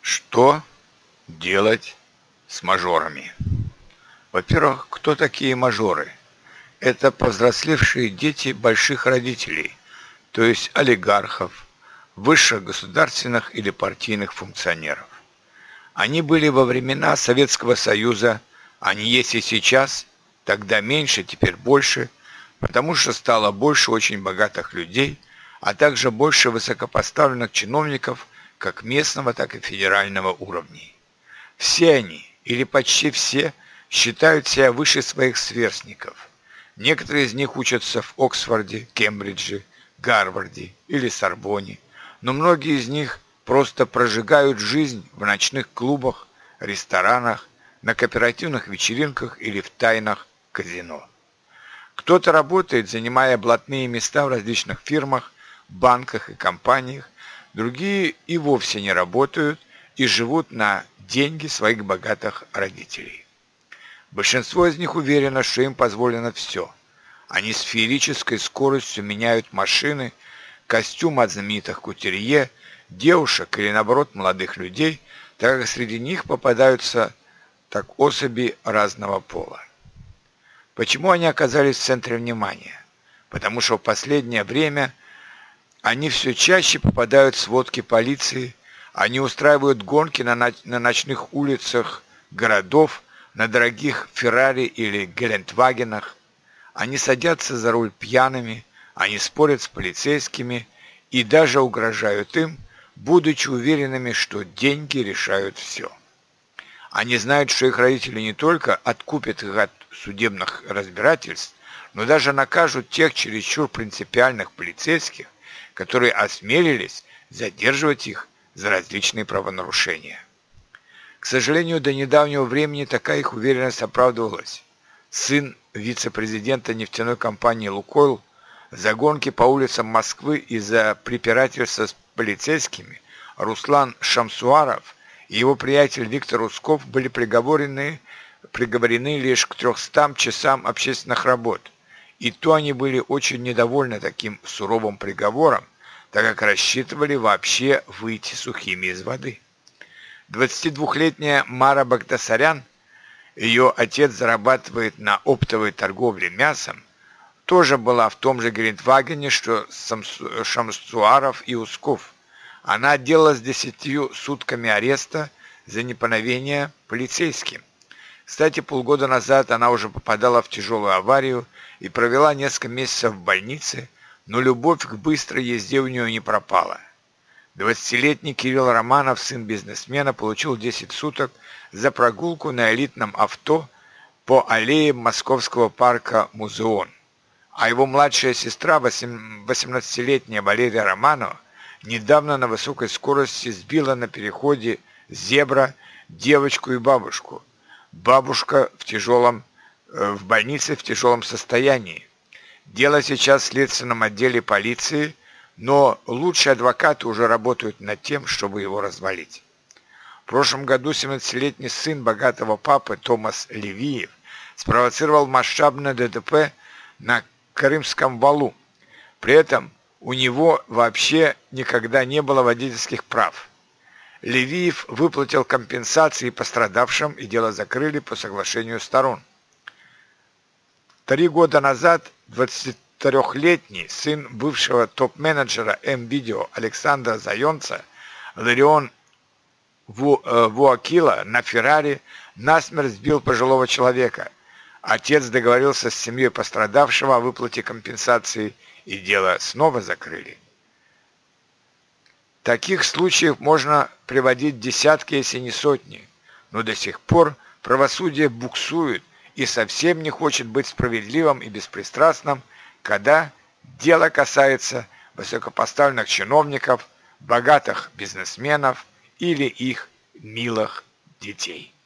Что делать с мажорами? Во-первых, кто такие мажоры? Это повзрослевшие дети больших родителей, то есть олигархов, высших государственных или партийных функционеров. Они были во времена Советского Союза, они есть и сейчас, тогда меньше, теперь больше, потому что стало больше очень богатых людей, а также больше высокопоставленных чиновников как местного, так и федерального уровней. Все они, или почти все, считают себя выше своих сверстников. Некоторые из них учатся в Оксфорде, Кембридже, Гарварде или Сорбонне, но многие из них просто прожигают жизнь в ночных клубах, ресторанах, на кооперативных вечеринках или в тайных казино. Кто-то работает, занимая блатные места в различных фирмах, банках и компаниях, другие и вовсе не работают и живут на деньги своих богатых родителей. Большинство из них уверено, что им позволено все. Они с феерической скоростью меняют машины, костюмы от знаменитых кутюрье, девушек или, наоборот, молодых людей, так как среди них попадаются так особи разного пола. Почему они оказались в центре внимания? Потому что в последнее время они все чаще попадают в сводки полиции, они устраивают гонки на ночных улицах городов, на дорогих Феррари или Гелендвагенах, они садятся за руль пьяными, они спорят с полицейскими и даже угрожают им, будучи уверенными, что деньги решают все. Они знают, что их родители не только откупят их от судебных разбирательств, но даже накажут тех чересчур принципиальных полицейских, которые осмелились задерживать их за различные правонарушения. К сожалению, до недавнего времени такая их уверенность оправдывалась. Сын вице-президента нефтяной компании «Лукойл» за гонки по улицам Москвы из-за препирательства с полицейскими Руслан Шамсуаров и его приятель Виктор Усков были приговорены лишь к 300 часам общественных работ. И то они были очень недовольны таким суровым приговором, так как рассчитывали вообще выйти сухими из воды. 22-летняя Мара Багдасарян, ее отец зарабатывает на оптовой торговле мясом, тоже была в том же Гелендвагене, что Шамсуаров и Усков. Она отделалась 10 сутками ареста за неповиновение полицейским. Кстати, полгода назад она уже попадала в тяжелую аварию и провела несколько месяцев в больнице, но любовь к быстрой езде у нее не пропала. 20-летний Кирилл Романов, сын бизнесмена, получил 10 суток за прогулку на элитном авто по аллее московского парка Музеон. А его младшая сестра, 18-летняя Валерия Романова, недавно на высокой скорости сбила на переходе «Зебра» девочку и бабушку. Бабушка в больнице в тяжелом состоянии. Дело сейчас в следственном отделе полиции, но лучшие адвокаты уже работают над тем, чтобы его развалить. В прошлом году 17-летний сын богатого папы Томас Левиев спровоцировал масштабное ДТП на Крымском валу. При этом у него вообще никогда не было водительских прав. Левиев выплатил компенсации пострадавшим, и дело закрыли по соглашению сторон. 3 года назад 23-летний сын бывшего топ-менеджера М-Видео Александра Зайонца, Ларион Вуакила, на Феррари насмерть сбил пожилого человека. Отец договорился с семьей пострадавшего о выплате компенсации, и дело снова закрыли. Таких случаев можно приводить десятки, если не сотни, но до сих пор правосудие буксует и совсем не хочет быть справедливым и беспристрастным, когда дело касается высокопоставленных чиновников, богатых бизнесменов или их милых детей.